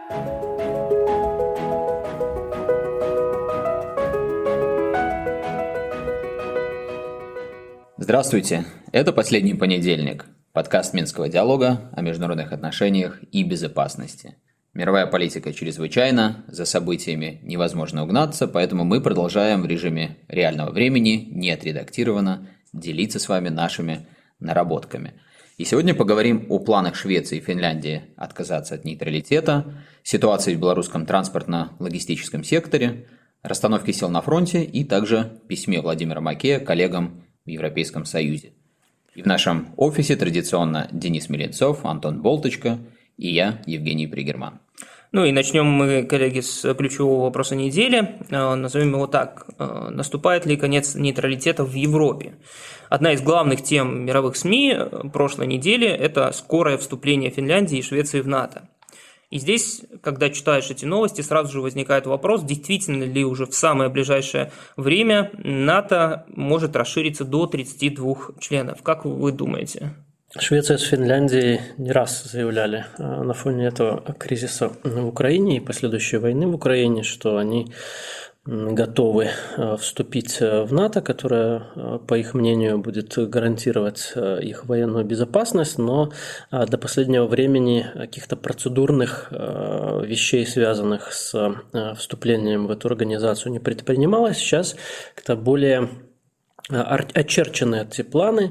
Здравствуйте, это «Последний понедельник», подкаст Минского диалога о международных отношениях и безопасности. Мировая политика чрезвычайна, за событиями невозможно угнаться, поэтому мы продолжаем в режиме реального времени, не отредактированно, делиться с вами нашими наработками. И сегодня поговорим о планах Швеции и Финляндии отказаться от нейтралитета, ситуации в белорусском транспортно-логистическом секторе, расстановке сил на фронте и также письме Владимира Макея коллегам в Европейском Союзе. И в нашем офисе традиционно Денис Меленцов, Антон Болточка и я, Евгений Пригерман. Ну и начнем мы, коллеги, с ключевого вопроса недели. Назовем его так. Наступает ли конец нейтралитета в Европе? Одна из главных тем мировых СМИ прошлой недели – это скорое вступление Финляндии и Швеции в НАТО. И здесь, когда читаешь эти новости, сразу же возникает вопрос, действительно ли уже в самое ближайшее время НАТО может расшириться до 32 членов. Как вы думаете? Швеция с Финляндией не раз заявляли на фоне этого кризиса в Украине и последующей войны в Украине, что они готовы вступить в НАТО, которое, по их мнению, будет гарантировать их военную безопасность, но до последнего времени каких-то процедурных вещей, связанных с вступлением в эту организацию, не предпринималось. Сейчас как-то более очерчены эти планы.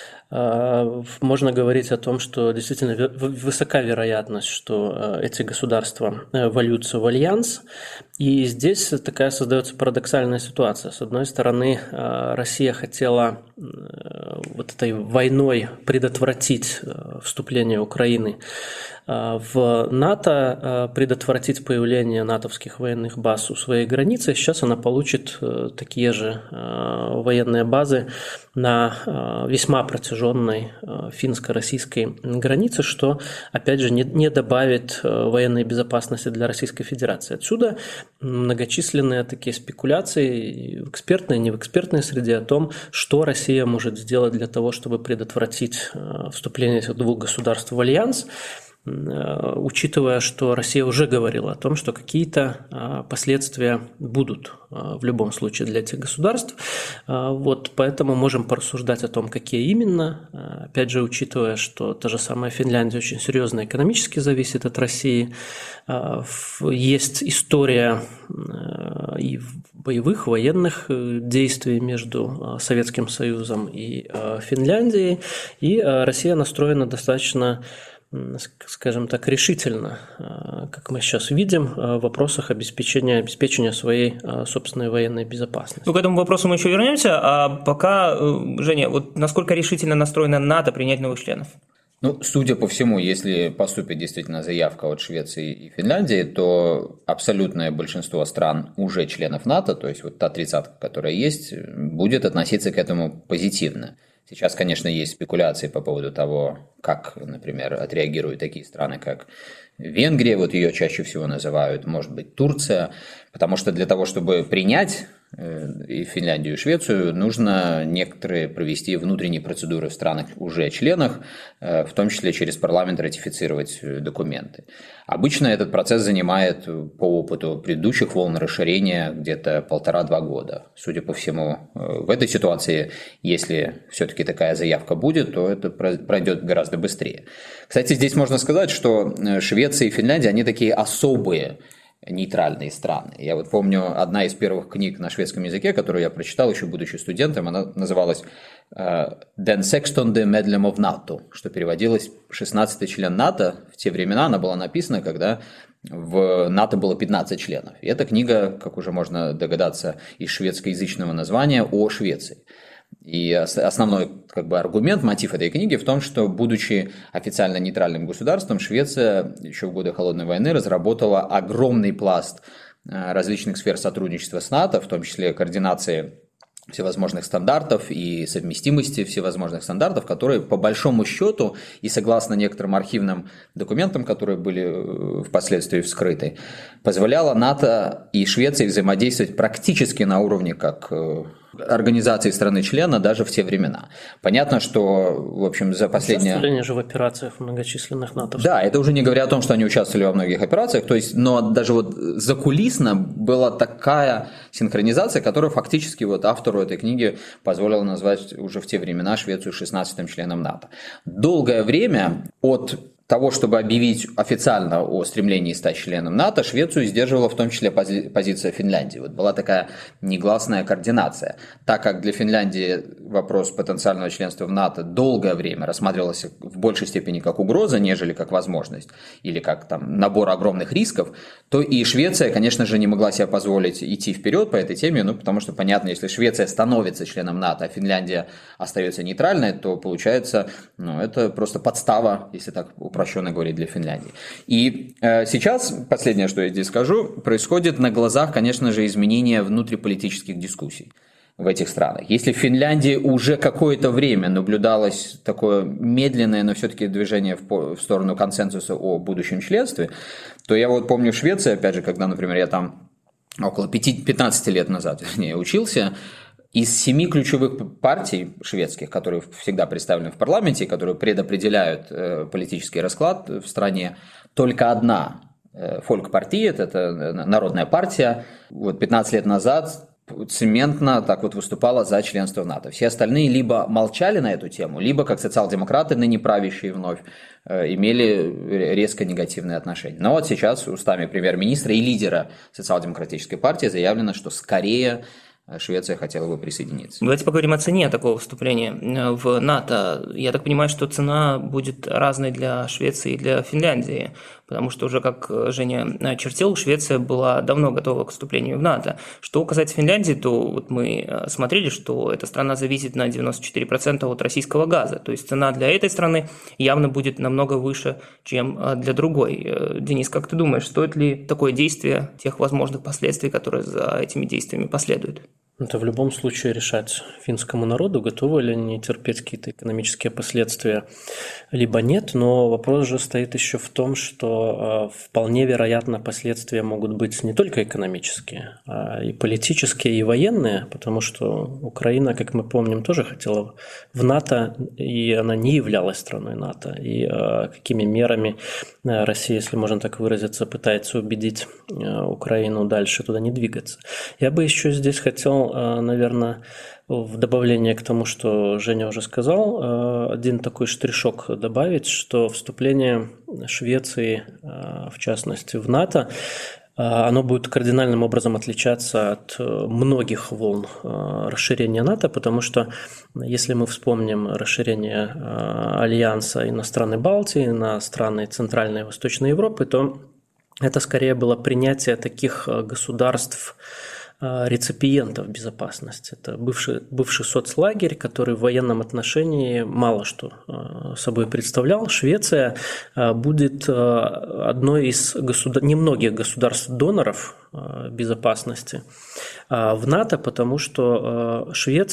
Можно говорить о том, что действительно высока вероятность, что эти государства вольются в альянс. И здесь такая создается парадоксальная ситуация. С одной стороны, Россия хотела вот этой войной предотвратить вступление Украины в НАТО, предотвратить появление натовских военных баз у своей границы. Сейчас она получит такие же военные базы на весьма протяженной финско-российской границе, что, опять же, не добавит военной безопасности для Российской Федерации. Отсюда многочисленные такие спекуляции в экспертной и не в экспертной среде о том, что Россия может сделать для того, чтобы предотвратить вступление этих двух государств в альянс, учитывая, что Россия уже говорила о том, что какие-то последствия будут в любом случае для этих государств. Вот, поэтому можем порассуждать о том, какие именно. Опять же, учитывая, что та же самая Финляндия очень серьезно экономически зависит от России. Есть история и боевых, военных действий между Советским Союзом и Финляндией. И Россия настроена достаточно, скажем так, решительно, как мы сейчас видим, в вопросах обеспечения своей собственной военной безопасности. Ну, к этому вопросу мы еще вернемся, а пока, Женя, вот насколько решительно настроена НАТО принять новых членов? Ну, судя по всему, если поступит действительно заявка от Швеции и Финляндии, то абсолютное большинство стран уже членов НАТО, то есть вот та тридцатка, которая есть, будет относиться к этому позитивно. Сейчас, конечно, есть спекуляции по поводу того, как, например, отреагируют такие страны, как Венгрия, вот ее чаще всего называют, может быть, Турция, потому что для того, чтобы принять и Финляндию, и Швецию, нужно некоторые провести внутренние процедуры в странах уже членах, в том числе через парламент ратифицировать документы. Обычно этот процесс занимает по опыту предыдущих волн расширения где-то 1,5-2 года. Судя по всему, в этой ситуации, если все-таки такая заявка будет, то это пройдет гораздо быстрее. Кстати, здесь можно сказать, что Швеция и Финляндия, они такие особые нейтральные страны. Я вот помню, одна из первых книг на шведском языке, которую я прочитал еще будучи студентом, она называлась «Den 16 medlem of NATO», что переводилось «16-й член НАТО». В те времена она была написана, когда в НАТО было 15 членов. И эта книга, как уже можно догадаться из шведскоязычного названия, о Швеции. И основной аргумент, мотив этой книги в том, что, будучи официально нейтральным государством, Швеция еще в годы Холодной войны разработала огромный пласт различных сфер сотрудничества с НАТО, в том числе координации всевозможных стандартов и совместимости всевозможных стандартов, которые по большому счету и согласно некоторым архивным документам, которые были впоследствии вскрыты, позволяло НАТО и Швеции взаимодействовать практически на уровне как организации страны-члена даже в те времена. Понятно, что, в общем, за последние... Участвовали они же в операциях многочисленных НАТО. Да, это уже не говоря о том, что они участвовали во многих операциях, то есть, но даже вот закулисно была такая синхронизация, которая фактически вот автору этой книги позволила назвать уже в те времена Швецию 16-м членом НАТО. Долгое время от того, чтобы объявить официально о стремлении стать членом НАТО, Швецию сдерживала в том числе позиция Финляндии. Вот была такая негласная координация. Так как для Финляндии вопрос потенциального членства в НАТО долгое время рассматривался в большей степени как угроза, нежели как возможность, или как там набор огромных рисков, то и Швеция, конечно же, не могла себе позволить идти вперед по этой теме, потому что, понятно, если Швеция становится членом НАТО, а Финляндия остается нейтральной, то получается, это просто подстава, если так упрощенно говорить, для Финляндии. И сейчас, последнее, что я здесь скажу, происходит на глазах, конечно же, изменения внутриполитических дискуссий в этих странах. Если в Финляндии уже какое-то время наблюдалось такое медленное, но все-таки движение в сторону консенсуса о будущем членстве, то я вот помню в Швеции, опять же, когда, например, я там около 15 лет назад учился, из 7 ключевых партий шведских, которые всегда представлены в парламенте, которые предопределяют политический расклад в стране, только одна Фолькпартиет, это народная партия, вот 15 лет назад цементно так вот выступала за членство в НАТО. Все остальные либо молчали на эту тему, либо, как социал-демократы, ныне правящие вновь, имели резко негативные отношения. Но вот сейчас устами премьер-министра и лидера социал-демократической партии заявлено, что скорее Швеция хотела бы присоединиться. Давайте поговорим о цене такого вступления в НАТО. Я так понимаю, что цена будет разной для Швеции и для Финляндии, потому что уже, как Женя очертил, Швеция была давно готова к вступлению в НАТО. Что касается Финляндии, то вот мы смотрели, что эта страна зависит на 94% от российского газа. То есть цена для этой страны явно будет намного выше, чем для другой. Денис, как ты думаешь, стоит ли такое действие тех возможных последствий, которые за этими действиями последуют? Это в любом случае решать финскому народу, готовы ли они терпеть какие-то экономические последствия, либо нет. Но вопрос же стоит еще в том, что вполне вероятно последствия могут быть не только экономические, а и политические, и военные, потому что Украина, как мы помним, тоже хотела в НАТО, и она не являлась страной НАТО. И какими мерами Россия, если можно так выразиться, пытается убедить Украину дальше туда не двигаться. Я бы еще здесь хотел, наверное, в добавление к тому, что Женя уже сказал, один такой штришок добавить, что вступление Швеции, в частности, в НАТО, оно будет кардинальным образом отличаться от многих волн расширения НАТО, потому что если мы вспомним расширение Альянса и на страны Балтии, на страны Центральной и Восточной Европы, то это скорее было принятие таких государств, реципиентов безопасности. Это бывший соцлагерь, который в военном отношении мало что собой представлял. Швеция будет одной из немногих государств-доноров безопасности в НАТО, потому что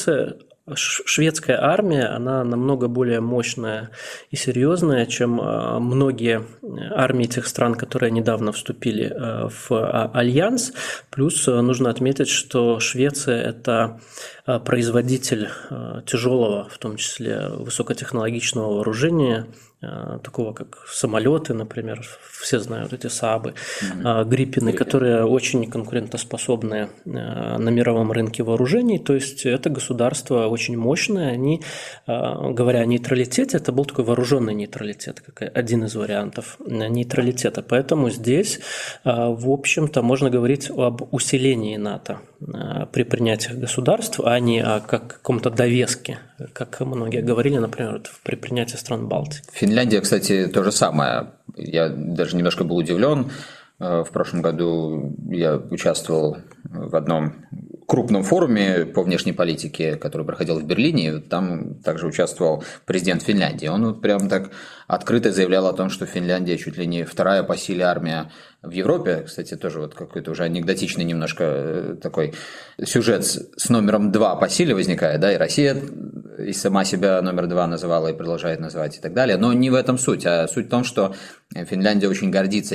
шведская армия, она намного более мощная и серьезная, чем многие армии тех стран, которые недавно вступили в Альянс. Плюс нужно отметить, что Швеция – это производитель тяжелого, в том числе высокотехнологичного вооружения, такого как самолеты, например, все знают эти Саабы, Гриппины, которые очень конкурентоспособны на мировом рынке вооружений. То есть это государство очень мощное. Они, говоря о нейтралитете, это был такой вооруженный нейтралитет, как один из вариантов нейтралитета. Поэтому здесь, в общем-то, можно говорить об усилении НАТО при принятии государств, а не о каком-то довеске, как многие говорили, например, при принятии стран Балтии. Финляндия, кстати, то же самое. Я даже немножко был удивлен. В прошлом году я участвовал в одном крупном форуме по внешней политике, который проходил в Берлине. Там также участвовал президент Финляндии. Он вот прям так открыто заявлял о том, что Финляндия чуть ли не вторая по силе армия в Европе. Кстати, тоже вот какой-то уже анекдотичный немножко такой сюжет с номером 2 по силе возникает, да, и Россия и сама себя номер 2 называла и продолжает называть и так далее. Но не в этом суть, а суть в том, что Финляндия очень гордится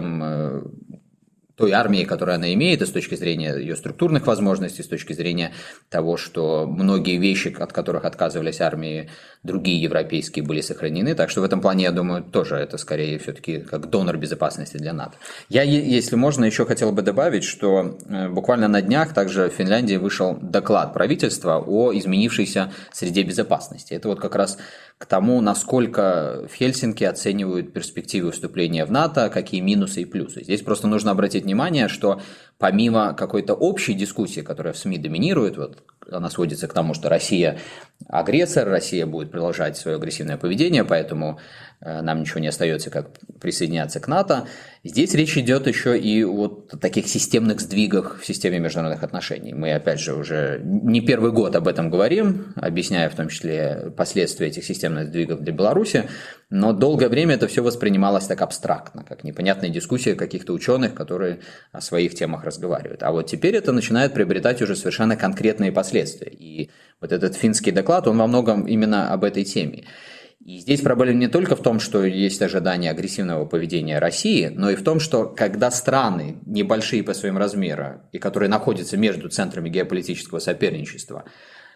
той армией, которую она имеет, и с точки зрения ее структурных возможностей, с точки зрения того, что многие вещи, от которых отказывались армии, другие европейские, были сохранены. Так что в этом плане, я думаю, тоже это скорее все-таки как донор безопасности для НАТО. Я, если можно, еще хотел бы добавить, что буквально на днях также в Финляндии вышел доклад правительства о изменившейся среде безопасности. Это вот как раз к тому, насколько в Хельсинки оценивают перспективы вступления в НАТО, какие минусы и плюсы. Здесь просто нужно обратить внимание, что помимо какой-то общей дискуссии, которая в СМИ доминирует, вот она сводится к тому, что Россия агрессор, Россия будет продолжать свое агрессивное поведение, поэтому нам ничего не остается, как присоединяться к НАТО. Здесь речь идет еще и о таких системных сдвигах в системе международных отношений. Мы, опять же, уже не первый год об этом говорим, объясняя в том числе последствия этих системных сдвигов для Беларуси, но долгое время это все воспринималось так абстрактно, как непонятная дискуссия каких-то ученых, которые о своих темах разговаривают. А вот теперь это начинает приобретать уже совершенно конкретные последствия. И вот этот финский доклад, он во многом именно об этой теме. И здесь проблема не только в том, что есть ожидание агрессивного поведения России, но и в том, что когда страны небольшие по своим размерам и которые находятся между центрами геополитического соперничества,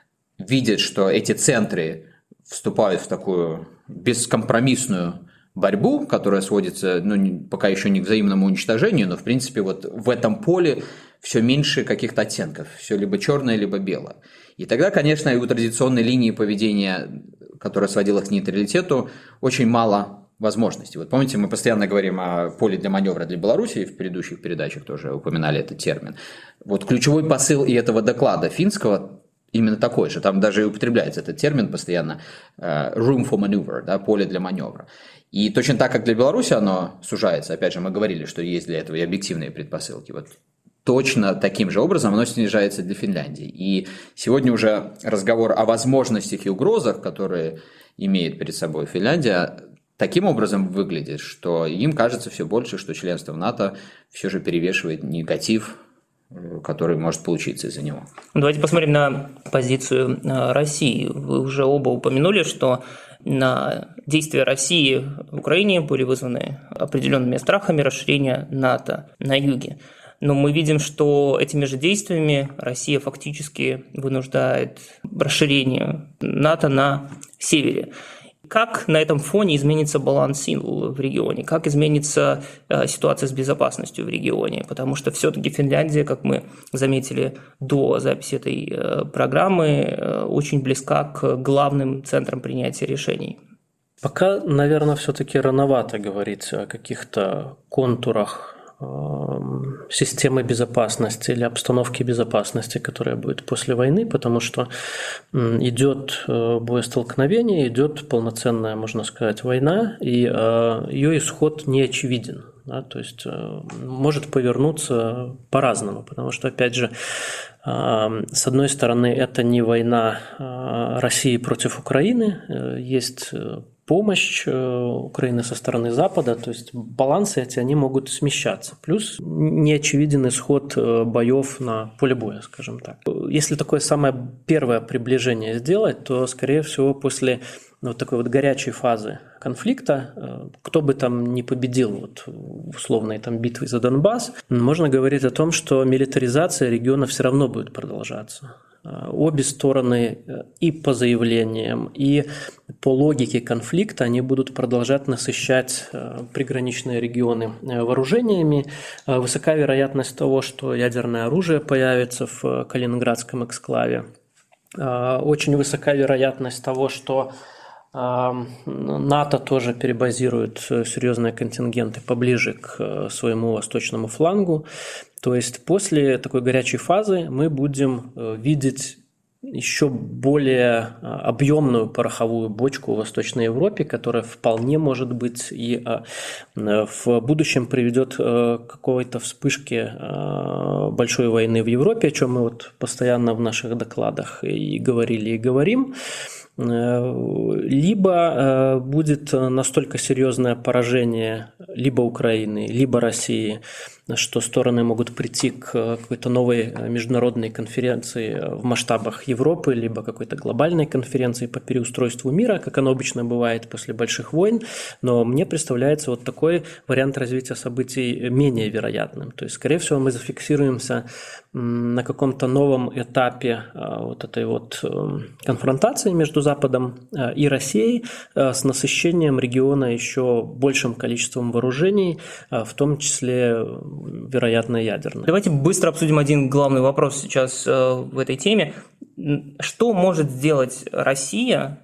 видят, что эти центры вступают в такую бескомпромиссную борьбу, которая сводится, пока еще не к взаимному уничтожению, но в принципе вот в этом поле все меньше каких-то оттенков, все либо черное, либо белое. И тогда, конечно, и у традиционной линии поведения, которая сводила к нейтралитету, очень мало возможностей. Вот помните, мы постоянно говорим о поле для маневра для Беларуси, в предыдущих передачах тоже упоминали этот термин. Вот ключевой посыл и этого доклада финского именно такой же. Там даже и употребляется этот термин постоянно room for maneuver, да, поле для маневра. И точно так, как для Беларуси оно сужается, опять же, мы говорили, что есть для этого и объективные предпосылки. Вот точно таким же образом оно снижается для Финляндии. И сегодня уже разговор о возможностях и угрозах, которые имеет перед собой Финляндия, таким образом выглядит, что им кажется все больше, что членство в НАТО все же перевешивает негатив, который может получиться из-за него. Давайте посмотрим на позицию России. Вы уже оба упомянули, что на действия России в Украине были вызваны определенными страхами расширения НАТО на юге. Но мы видим, что этими же действиями Россия фактически вынуждает расширение НАТО на севере. Как на этом фоне изменится баланс сил в регионе? Как изменится ситуация с безопасностью в регионе? Потому что все-таки Финляндия, как мы заметили до записи этой программы, очень близка к главным центрам принятия решений. Пока, наверное, все-таки рановато говорить о каких-то контурах системы безопасности или обстановки безопасности, которая будет после войны, потому что идет боестолкновение, идет полноценная, можно сказать, война, и ее исход не очевиден. Да, то есть может повернуться по-разному, потому что, опять же, с одной стороны, это не война России против Украины, есть помощь Украины со стороны Запада, то есть балансы эти, они могут смещаться. Плюс неочевиден исход боев на поле боя, скажем так. Если такое самое первое приближение сделать, то, скорее всего, после вот такой вот горячей фазы конфликта, кто бы там ни победил вот в условной там битве за Донбасс, можно говорить о том, что милитаризация региона все равно будет продолжаться. Обе стороны и по заявлениям, и по логике конфликта они будут продолжать насыщать приграничные регионы вооружениями. Высока вероятность того, что ядерное оружие появится в Калининградском эксклаве. Очень высока вероятность того, что НАТО тоже перебазирует серьезные контингенты поближе к своему восточному флангу. То есть после такой горячей фазы мы будем видеть еще более объемную пороховую бочку в Восточной Европе, которая вполне может быть и в будущем приведет к какой-то вспышке большой войны в Европе, о чем мы вот постоянно в наших докладах и говорили, и говорим. Либо будет настолько серьезное поражение либо Украины, либо России, что стороны могут прийти к какой-то новой международной конференции в масштабах Европы, либо какой-то глобальной конференции по переустройству мира, как оно обычно бывает после больших войн. Но мне представляется вот такой вариант развития событий менее вероятным. То есть, скорее всего, мы зафиксируемся на каком-то новом этапе вот этой вот конфронтации между Западом и Россией с насыщением региона еще большим количеством вооружений, в том числе, вероятно, ядерных. Давайте быстро обсудим один главный вопрос сейчас в этой теме. Что может сделать Россия,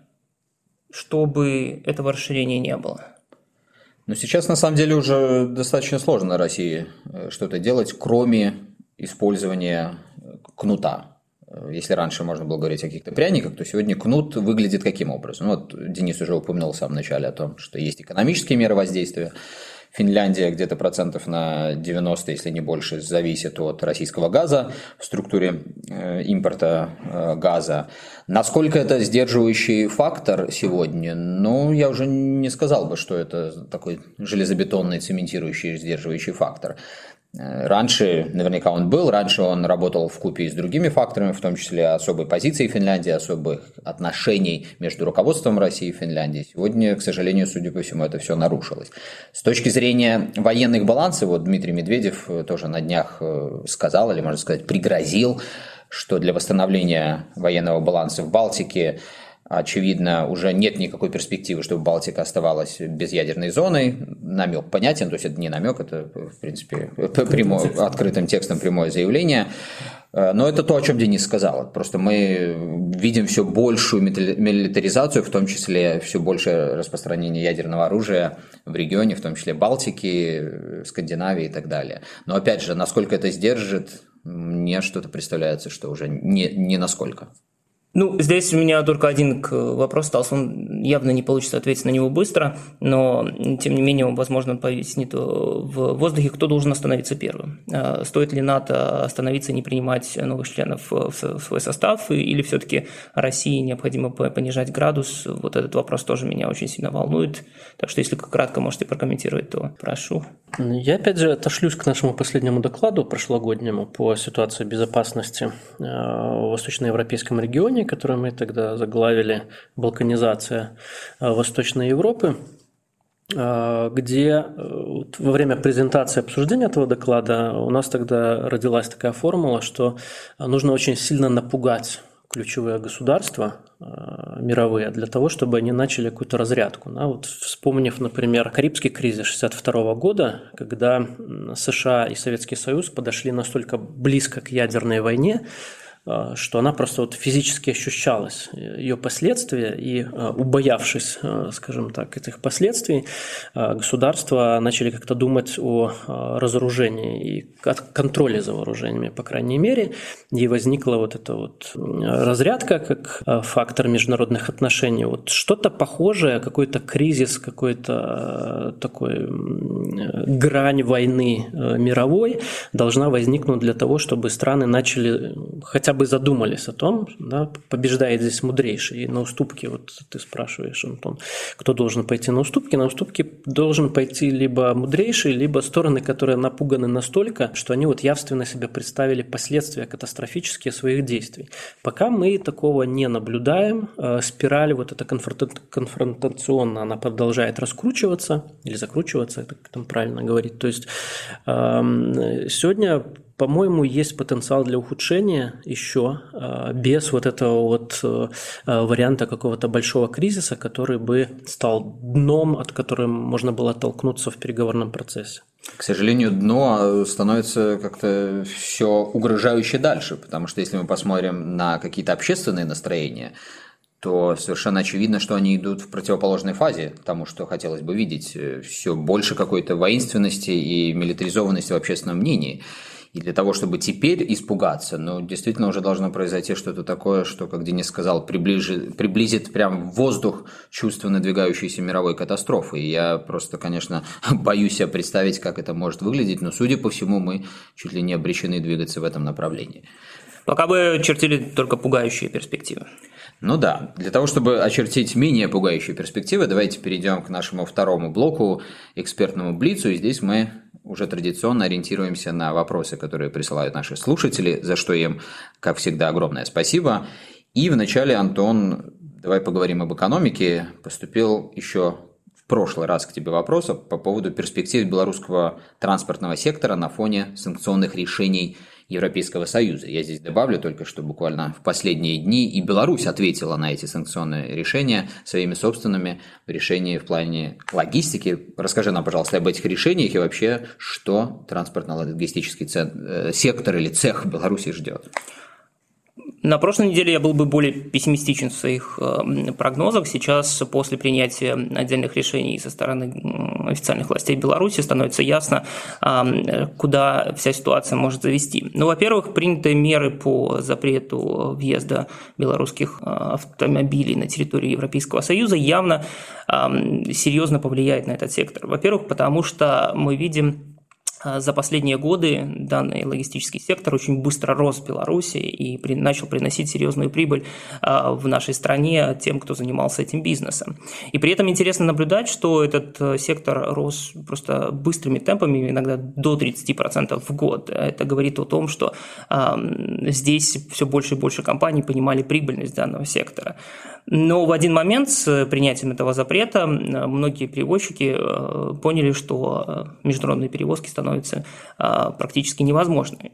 чтобы этого расширения не было? Ну, сейчас, на самом деле, уже достаточно сложно России что-то делать, кроме использования кнута. Если раньше можно было говорить о каких-то пряниках, то сегодня кнут выглядит каким образом? Ну, вот Денис уже упомянул в самом начале о том, что есть экономические меры воздействия. Финляндия где-то процентов на 90, если не больше, зависит от российского газа в структуре импорта газа. Насколько это сдерживающий фактор сегодня? Ну, я уже не сказал бы, что это такой железобетонный, цементирующий, сдерживающий фактор. Раньше наверняка он был, раньше он работал вкупе с другими факторами, в том числе особой позиции Финляндии, особых отношений между руководством России и Финляндии. Сегодня, к сожалению, судя по всему, это все нарушилось. С точки зрения военных балансов, вот Дмитрий Медведев тоже на днях сказал, или, можно сказать, пригрозил, что для восстановления военного баланса в Балтике, очевидно, уже нет никакой перспективы, чтобы Балтика оставалась безъядерной зоной. Намек понятен, то есть это не намек, это, в принципе, открытым текстом прямое заявление. Но это то, о чем Денис сказал. Просто мы видим все большую милитаризацию, в том числе все большее распространение ядерного оружия в регионе, в том числе Балтики, Скандинавии и так далее. Но опять же, насколько это сдержит, мне что-то представляется, что уже не насколько. Ну, здесь у меня только один вопрос остался, он явно не получится ответить на него быстро, но, тем не менее, он, возможно, повиснет в воздухе. Кто должен остановиться первым? Стоит ли НАТО остановиться и не принимать новых членов в свой состав, или все-таки России необходимо понижать градус? Вот этот вопрос тоже меня очень сильно волнует, так что если кратко можете прокомментировать, то прошу. Я опять же отошлюсь к нашему последнему докладу прошлогоднему по ситуации безопасности в восточноевропейском регионе, который мы тогда заглавили «Балканизация Восточной Европы», где во время презентации обсуждения этого доклада у нас тогда родилась такая формула, что нужно очень сильно напугать ключевые государства мировые для того, чтобы они начали какую-то разрядку. Да, вот вспомнив, например, Карибский кризис 1962 года, когда США и Советский Союз подошли настолько близко к ядерной войне, что она просто вот физически ощущалась, ее последствия, и убоявшись, скажем так, этих последствий, государства начали как-то думать о разоружении и контроле за вооружениями, по крайней мере, и возникла вот эта вот разрядка как фактор международных отношений. Вот что-то похожее, какой-то кризис, какой-то такой грань войны мировой должна возникнуть для того, чтобы страны начали хотя бы задумались о том, да, побеждает здесь мудрейший. И на уступки, вот ты спрашиваешь, Антон, кто должен пойти на уступки? На уступки должен пойти либо мудрейший, либо стороны, которые напуганы настолько, что они вот явственно себе представили последствия катастрофические своих действий. Пока мы такого не наблюдаем, спираль вот эта конфронтационная, она продолжает раскручиваться или закручиваться, это как там правильно говорить. То есть сегодня, по-моему, есть потенциал для ухудшения еще без вот этого вот варианта какого-то большого кризиса, который бы стал дном, от которого можно было оттолкнуться в переговорном процессе. К сожалению, дно становится как-то все угрожающе дальше, потому что если мы посмотрим на какие-то общественные настроения, то совершенно очевидно, что они идут в противоположной фазе тому, что хотелось бы видеть. Все больше какой-то воинственности и милитаризованности в общественном мнении. И для того, чтобы теперь испугаться, действительно уже должно произойти что-то такое, что, как Денис сказал, приблизит прям в воздух чувство надвигающейся мировой катастрофы. И я просто, конечно, боюсь себе представить, как это может выглядеть, но, судя по всему, мы чуть ли не обречены двигаться в этом направлении. Пока бы чертили только пугающие перспективы. Ну да, для того, чтобы очертить менее пугающие перспективы, давайте перейдем к нашему второму блоку, экспертному блицу. И здесь мы уже традиционно ориентируемся на вопросы, которые присылают наши слушатели, за что им, как всегда, огромное спасибо. И вначале, Антон, давай поговорим об экономике. Поступил еще в прошлый раз к тебе вопрос по поводу перспектив белорусского транспортного сектора на фоне санкционных решений Европейского Союза. Я здесь добавлю только, что буквально в последние дни и Беларусь ответила на эти санкционные решения своими собственными решениями в плане логистики. Расскажи нам, пожалуйста, об этих решениях и вообще, что транспортно-логистический сектор или цех Беларуси ждет. На прошлой неделе я был бы более пессимистичен в своих прогнозах. Сейчас, после принятия отдельных решений со стороны официальных властей Беларуси, становится ясно, куда вся ситуация может завести. Во-первых, принятые меры по запрету въезда белорусских автомобилей на территорию Европейского Союза явно серьезно повлияет на этот сектор. Во-первых, потому что мы видим, за последние годы данный логистический сектор очень быстро рос в Беларуси и начал приносить серьезную прибыль в нашей стране тем, кто занимался этим бизнесом. И при этом интересно наблюдать, что этот сектор рос просто быстрыми темпами, иногда до 30% в год. Это говорит о том, что здесь все больше и больше компаний понимали прибыльность данного сектора. Но в один момент с принятием этого запрета многие перевозчики поняли, что международные перевозки становятся практически невозможными.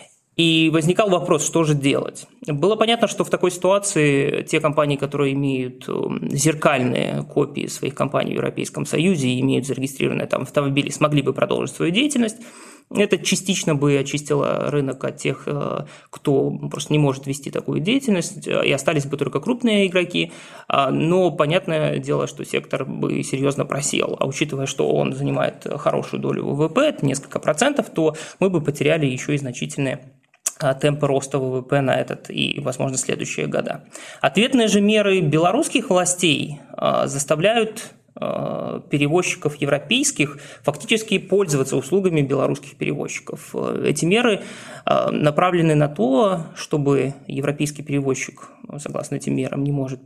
И возникал вопрос, что же делать. Было понятно, что в такой ситуации те компании, которые имеют зеркальные копии своих компаний в Европейском Союзе и имеют зарегистрированные там автомобили, смогли бы продолжить свою деятельность. Это частично бы очистило рынок от тех, кто просто не может вести такую деятельность, и остались бы только крупные игроки. Но понятное дело, что сектор бы серьезно просел. А учитывая, что он занимает хорошую долю ВВП, это несколько процентов, то мы бы потеряли еще и значительные темпы роста ВВП на этот и, возможно, следующие года. Ответные же меры белорусских властей заставляют перевозчиков европейских фактически пользоваться услугами белорусских перевозчиков. Эти меры направлены на то, чтобы европейский перевозчик, согласно этим мерам, не может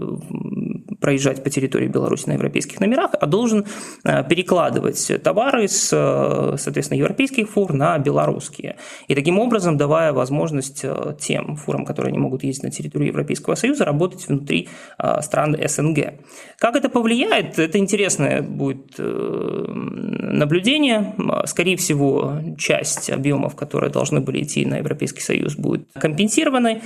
проезжать по территории Беларуси на европейских номерах, а должен перекладывать товары с, соответственно, европейских фур на белорусские. И таким образом давая возможность тем фурам, которые не могут ездить на территорию Европейского Союза, работать внутри стран СНГ. Как это повлияет? Это интересное будет наблюдение. Скорее всего, часть объемов, которые должны были идти на Европейский Союз, будет компенсированы,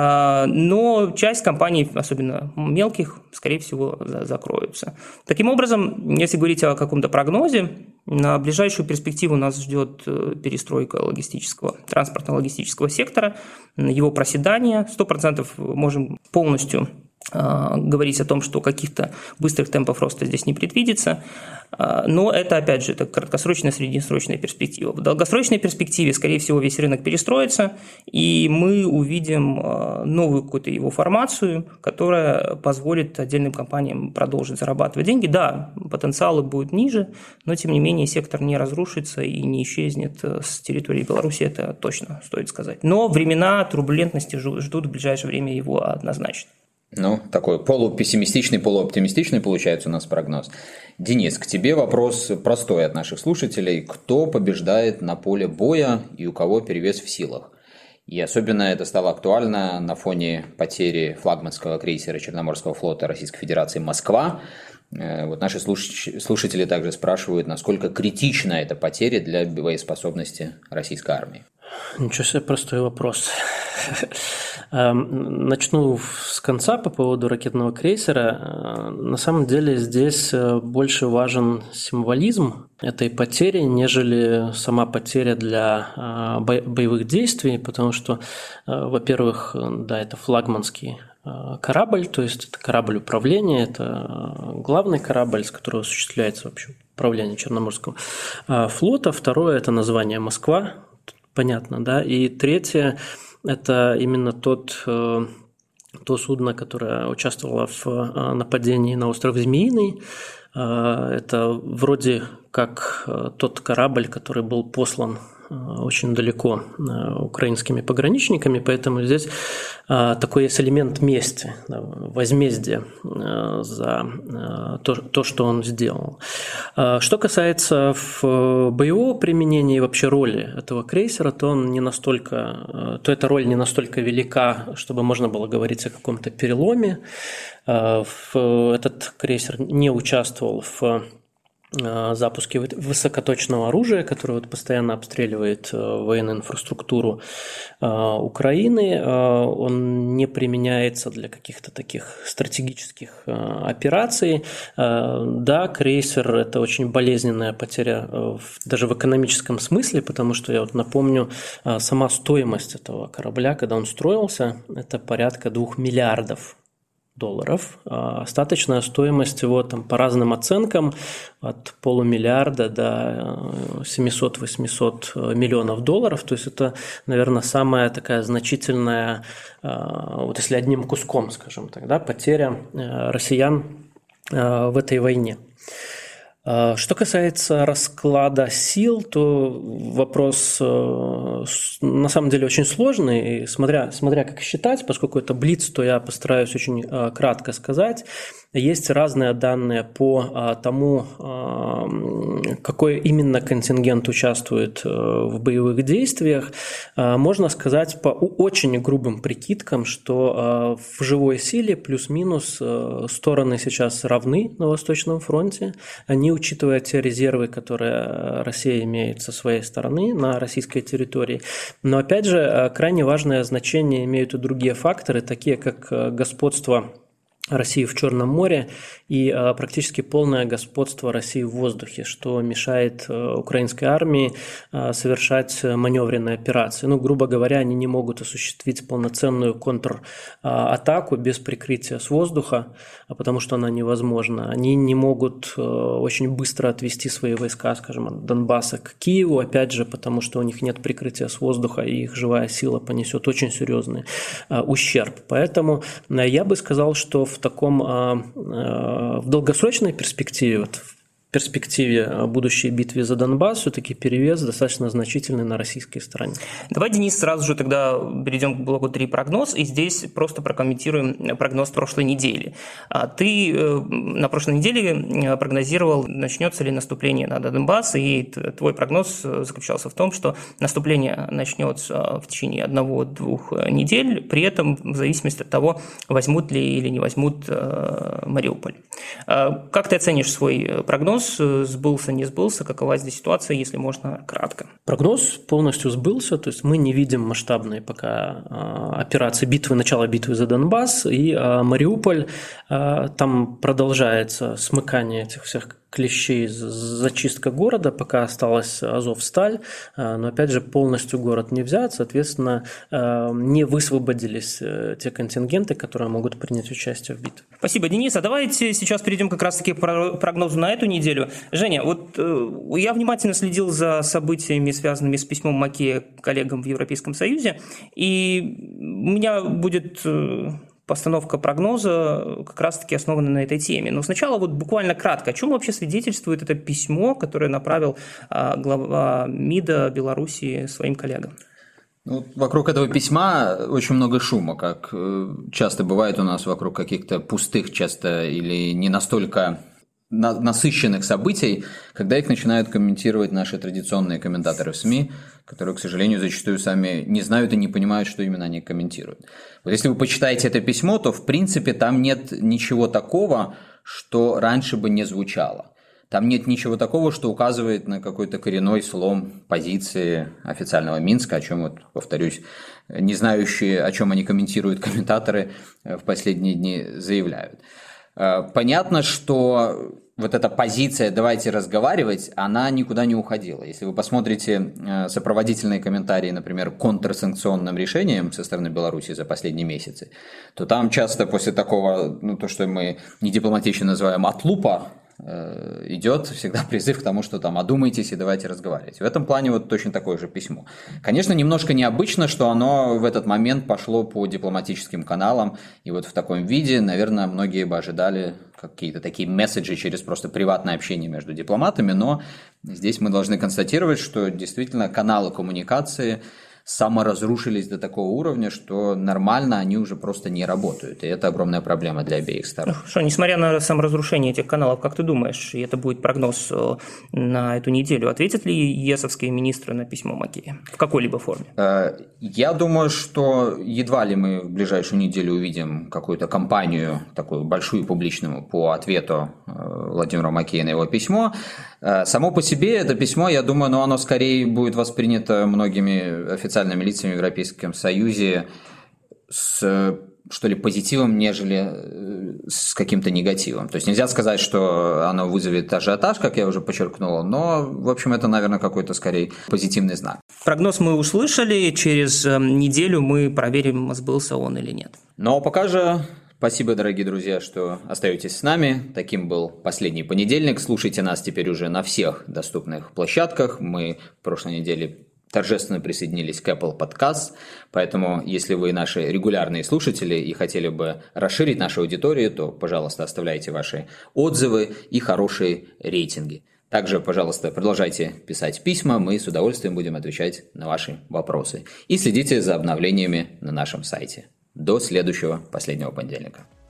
но часть компаний, особенно мелких, скорее всего, закроются. Таким образом, если говорить о каком-то прогнозе, на ближайшую перспективу нас ждет перестройка транспортно-логистического сектора, его проседание. 100% можем полностью говорить о том, что каких-то быстрых темпов роста здесь не предвидится, но это, опять же, это краткосрочная, среднесрочная перспектива. В долгосрочной перспективе, скорее всего, весь рынок перестроится, и мы увидим новую какую-то его формацию, которая позволит отдельным компаниям продолжить зарабатывать деньги. Да, потенциалы будут ниже, но, тем не менее, сектор не разрушится и не исчезнет с территории Беларуси, это точно стоит сказать. Но времена турбулентности ждут в ближайшее время его однозначно. Такой полупессимистичный, полуоптимистичный получается у нас прогноз. Денис, к тебе вопрос простой от наших слушателей. Кто побеждает на поле боя и у кого перевес в силах? И особенно это стало актуально на фоне потери флагманского крейсера Черноморского флота Российской Федерации «Москва». Вот наши слушатели также спрашивают, насколько критична эта потеря для боеспособности российской армии. Ничего себе, простой вопрос. Начну с конца по поводу ракетного крейсера. На самом деле здесь больше важен символизм этой потери, нежели сама потеря для боевых действий, потому что, во-первых, да, это флагманский корабль, то есть это корабль управления, это главный корабль, с которого осуществляется вообще управление Черноморского флота. Второе – это название «Москва». понятно, да. И третье – это именно то судно, которое участвовало в нападении на остров Змеиный. Это вроде как тот корабль, который был послан очень далеко украинскими пограничниками, поэтому здесь такой есть элемент мести, возмездия за то, что он сделал. Что касается боевого применения и вообще роли этого крейсера, то эта роль не настолько велика, чтобы можно было говорить о каком-то переломе. Этот крейсер не участвовал в запуске высокоточного оружия, которое постоянно обстреливает военную инфраструктуру Украины. Он не применяется для каких-то таких стратегических операций. Да, крейсер – это очень болезненная потеря даже в экономическом смысле, потому что, я напомню, сама стоимость этого корабля, когда он строился, это порядка $2 миллиардов. Остаточная стоимость его по разным оценкам от полумиллиарда до 700-800 миллионов долларов. То есть это, наверное, самая такая значительная, если одним куском, скажем так, да, потеря россиян в этой войне. Что касается расклада сил, то вопрос на самом деле очень сложный, и смотря как считать, поскольку это блиц, то я постараюсь очень кратко сказать. Есть разные данные по тому, какой именно контингент участвует в боевых действиях. Можно сказать по очень грубым прикидкам, что в живой силе плюс-минус стороны сейчас равны на Восточном фронте. Они, учитывая те резервы, которые Россия имеет со своей стороны на российской территории. Но опять же, крайне важное значение имеют и другие факторы, такие как господство России в Черном море и практически полное господство России в воздухе, что мешает украинской армии совершать маневренные операции. Грубо говоря, они не могут осуществить полноценную контратаку без прикрытия с воздуха, потому что она невозможна. Они не могут очень быстро отвести свои войска, скажем, от Донбасса к Киеву, опять же, потому что у них нет прикрытия с воздуха, и их живая сила понесет очень серьезный ущерб. Поэтому я бы сказал, что в долгосрочной перспективе, в перспективе будущей битвы за Донбасс все-таки перевес достаточно значительный на российской стороне. Давай, Денис, сразу же тогда перейдем к блоку 3 прогноз, и здесь просто прокомментируем прогноз прошлой недели. Ты на прошлой неделе прогнозировал, начнется ли наступление на Донбасс, и твой прогноз заключался в том, что наступление начнется в течение 1-2 недель, при этом в зависимости от того, возьмут ли или не возьмут Мариуполь. Как ты оценишь свой прогноз? Сбылся, не сбылся? Какова здесь ситуация, если можно кратко? Прогноз полностью сбылся, то есть мы не видим масштабной пока операции начала битвы за Донбасс, и Мариуполь, там продолжается смыкание этих всех клещей, зачистка города, пока осталась Азовсталь, но опять же полностью город не взят, соответственно, не высвободились те контингенты, которые могут принять участие в битве. Спасибо, Денис. А давайте сейчас перейдем как раз-таки к прогнозу на эту неделю. Женя, я внимательно следил за событиями, связанными с письмом Макея коллегам в Европейском Союзе, и у меня будет постановка прогноза как раз-таки основана на этой теме. Но сначала буквально кратко, о чем вообще свидетельствует это письмо, которое направил глава МИДа Белоруссии своим коллегам? Вокруг этого письма очень много шума, как часто бывает у нас вокруг каких-то пустых часто или не настолько насыщенных событий, когда их начинают комментировать наши традиционные комментаторы в СМИ, которые, к сожалению, зачастую сами не знают и не понимают, что именно они комментируют. Если вы почитаете это письмо, то, в принципе, там нет ничего такого, что раньше бы не звучало. Там нет ничего такого, что указывает на какой-то коренной слом позиции официального Минска, о чем, повторюсь, не знающие, о чем они комментируют комментаторы, в последние дни заявляют. Понятно, что эта позиция «давайте разговаривать», она никуда не уходила. Если вы посмотрите сопроводительные комментарии, например, к контрсанкционным решениям со стороны Беларуси за последние месяцы, то там часто после такого, то, что мы недипломатично называем «отлупа», идет всегда призыв к тому, что там одумайтесь и давайте разговаривать. В этом плане вот точно такое же письмо. Конечно, немножко необычно, что оно в этот момент пошло по дипломатическим каналам, и вот в таком виде, наверное, многие бы ожидали какие-то такие месседжи через просто приватное общение между дипломатами, но здесь мы должны констатировать, что действительно каналы коммуникации саморазрушились до такого уровня, что нормально они уже просто не работают. И это огромная проблема для обеих сторон. Хорошо, несмотря на саморазрушение этих каналов, как ты думаешь, и это будет прогноз на эту неделю, ответят ли ЕСовские министры на письмо Макея в какой-либо форме? Я думаю, что едва ли мы в ближайшую неделю увидим какую-то кампанию, такую большую публичную, по ответу Владимира Макея на его письмо. Само по себе это письмо, я думаю, оно скорее будет воспринято многими официальными лицами в Европейском Союзе с, что ли, позитивом, нежели с каким-то негативом. То есть нельзя сказать, что оно вызовет ажиотаж, как я уже подчеркнул, но, в общем, это, наверное, какой-то скорее позитивный знак. Прогноз мы услышали, через неделю мы проверим, сбылся он или нет. Но пока же... Спасибо, дорогие друзья, что остаетесь с нами. Таким был последний понедельник. Слушайте нас теперь уже на всех доступных площадках. Мы в прошлой неделе торжественно присоединились к Apple Podcast, поэтому если вы наши регулярные слушатели и хотели бы расширить нашу аудиторию, то, пожалуйста, оставляйте ваши отзывы и хорошие рейтинги. Также, пожалуйста, продолжайте писать письма, мы с удовольствием будем отвечать на ваши вопросы. И следите за обновлениями на нашем сайте. До следующего последнего понедельника.